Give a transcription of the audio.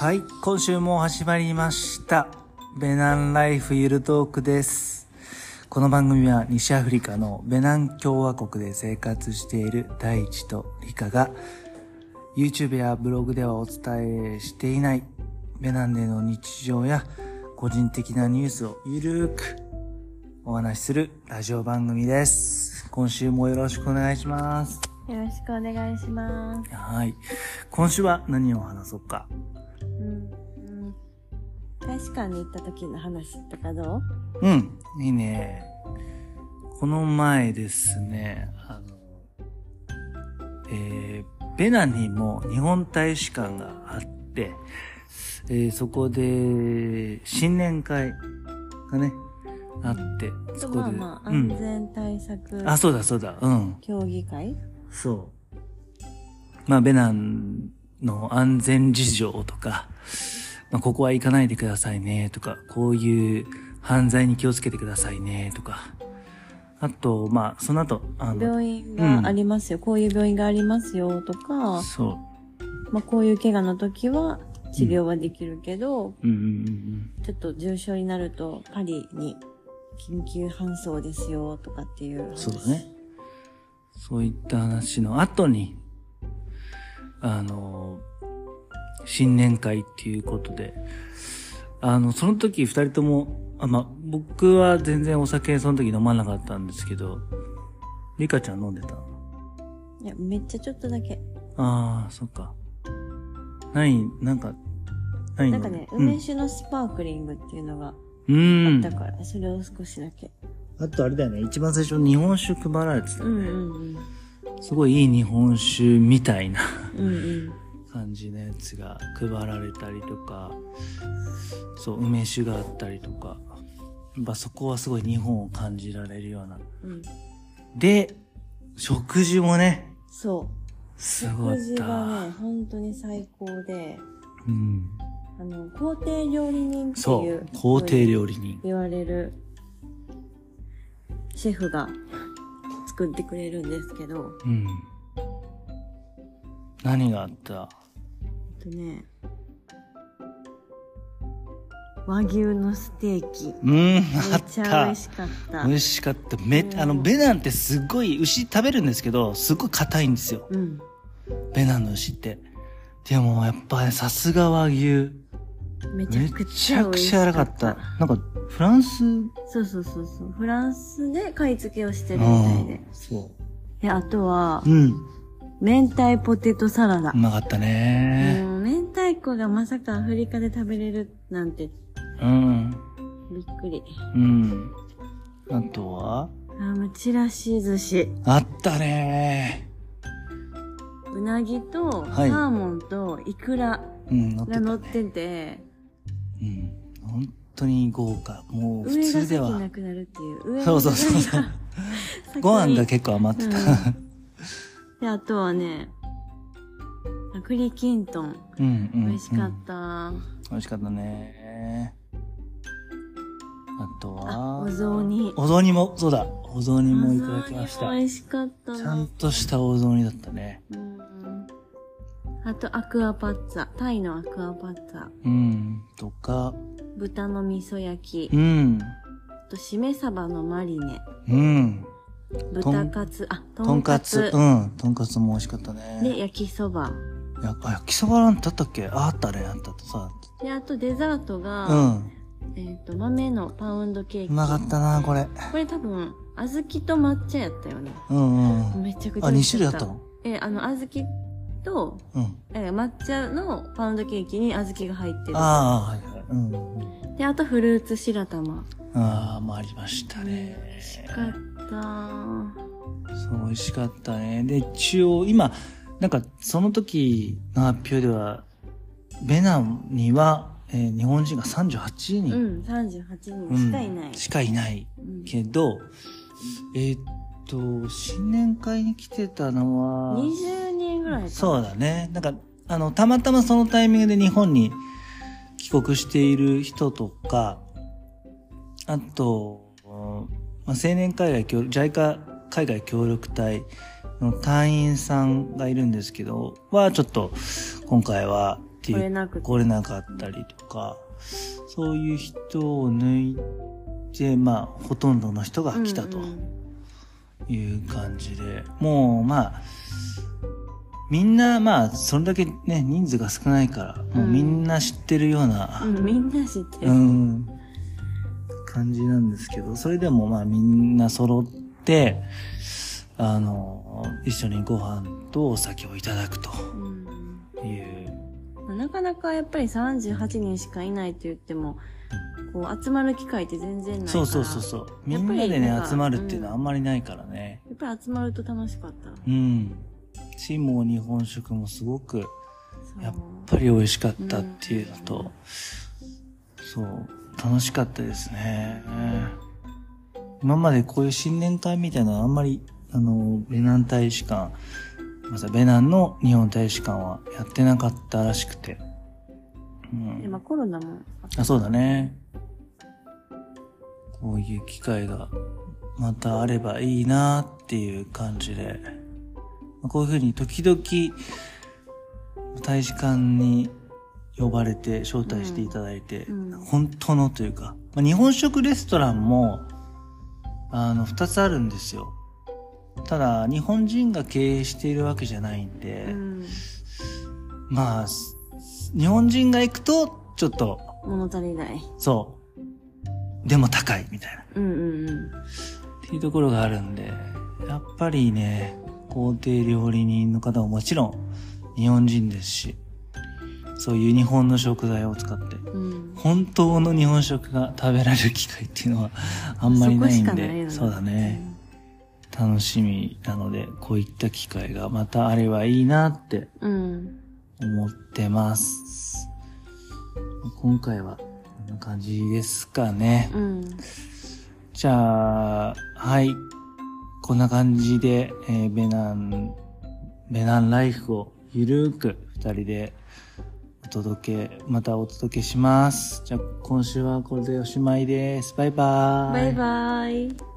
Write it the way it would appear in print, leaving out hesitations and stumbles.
はい、今週も始まりました。ベナンライフゆるトークです。この番組は西アフリカのベナン共和国で生活している大地とリカが YouTube やブログではお伝えしていないベナンでの日常や個人的なニュースをゆるーくお話しするラジオ番組です。今週もよろしくお願いします。 よろしくお願いします。 はい。今週は何を話そうか。 大使館に行った時の話とかどう？いいね。この前ですね、ベナンにも日本大使館があって、そこで新年会がね、あって、そこで。 安全対策。 そうだ。 協議会？ そう。ベナンの安全事情とか、ここは行かないでくださいねとか、こういう犯罪に気をつけてくださいねとか。あと、その後、 病院がありますよ、こういう病院がありますよとか、 そう。 こういう怪我の時は治療はできるけど、ちょっと重症になるとパリに緊急搬送ですよとかっていう話。 そうだね。そういった話の後に、新年会っていうことで、その時二人とも、僕は全然お酒その時飲まなかったんですけど、リカちゃん飲んでたの？ いや、めっちゃちょっとだけ。 そっか。なんかね、梅酒のスパークリングっていうのがあったから、それを少しだけ。 あとあれだよね、一番最初日本酒配られてたよね。すごいいい日本酒みたいな感じのやつが配られたりとか、そう、梅酒があったりとか、そこはすごい日本を感じられるような。で、食事もね、 そう。 すごかった。 食事がね、本当に最高で、皇帝料理人っていう。 そう、皇帝料理人。 言われるシェフが作ってくれるんですけど。 何があった？ 和牛のステーキ。めっちゃ美味しかった。 美味しかった。ベナンってすっごい牛食べるんですけど、すっごい硬いんですよ。ベナンの牛って。でもやっぱさすが和牛。 めちゃくちゃ柔らかった。なんか、フランス？ そう。フランスで買い付けをしてるみたいで。 そう。 で、あとは、明太ポテトサラダ。 うまかったね。 明太子がまさかアフリカで食べれるなんて。びっくり。あとは？ ちらし寿司。 あったね。 うなぎと、サーモンとイクラが乗ってて。 本当に豪華。もう普通では。 上が先なくなるっていう。 そう。ご飯が結構余ってた。 で、あとはね、栗きんとん。美味しかった。 美味しかったね。あとは、 お雑煮。 お雑煮も、そうだ。お雑煮もいただきました。 美味しかったね。 ちゃんとしたお雑煮だったね。 あと、アクアパッツァ。タイのアクアパッツァ。 とか、 豚の味噌焼き。あと、しめ鯖のマリネ。豚カツ、とんかつ。 とんかつも美味しかったね。 で、焼きそば。 焼きそばなんてあったっけ？あったね、あったとさ。 で、あとデザートが、豆のパウンドケーキ。 うまかったな、これ。 これ多分、小豆と抹茶やったよね。めちゃくちゃ美味しかった。 2種類あったの？ 小豆と、抹茶のパウンドケーキに小豆が入ってる。で、あとフルーツ白玉。 ありましたね。 美味しかった。 そう、美味しかったね。で、一応、今、その時の発表では、ベナンには、日本人が38人。 38人しかいない。 しかいないけど、新年会に来てたのは、 20人ぐらいか。 そうだね。たまたまそのタイミングで日本に帰国している人とか、あと、青年海外JICA 海外協力隊の隊員さんがいるんですけど、ちょっと今回は、 ていう、来れなかったりとか、そういう人を抜いて、まあ、ほとんどの人が来たという感じで、もう、まあ、みんな、まあ、それだけね、人数が少ないから、もうみんな知ってるような、 みんな知ってる。 感じなんですけど、それでもまあみんな揃って、一緒にご飯とお酒をいただくという。 なかなかやっぱり38人しかいないと言っても、こう集まる機会って全然ないから。 そう。みんなでね、集まるっていうのはあんまりないからね。 やっぱり集まると楽しかった。 し、もう日本食もすごく、やっぱり美味しかったっていうのと、そう、楽しかったですね。今までこういう新年会みたいなのあんまり、ベナン大使館、ベナンの日本大使館はやってなかったらしくて。 今コロナもそうだね。こういう機会がまたあればいいなっていう感じで、こういうふうに時々大使館に呼ばれて招待していただいて、本当のというか、日本食レストランも2つあるんですよ。ただ日本人が経営しているわけじゃないんで、まあ日本人が行くとちょっと物足りない。 そう。でも高いみたいな。っていうところがあるんで、やっぱりね、公邸料理人の方ももちろん日本人ですし、そういう日本の食材を使って、本当の日本食が食べられる機会っていうのはあんまりないんで、そうだね。楽しみなので、こういった機会がまたあればいいなって思ってます。今回はこんな感じですかね。じゃあ、はい。こんな感じで、ベナンライフをゆるーく二人でまたお届けします。じゃあ今週はこれでおしまいです。バイバーイ。 バイバーイ。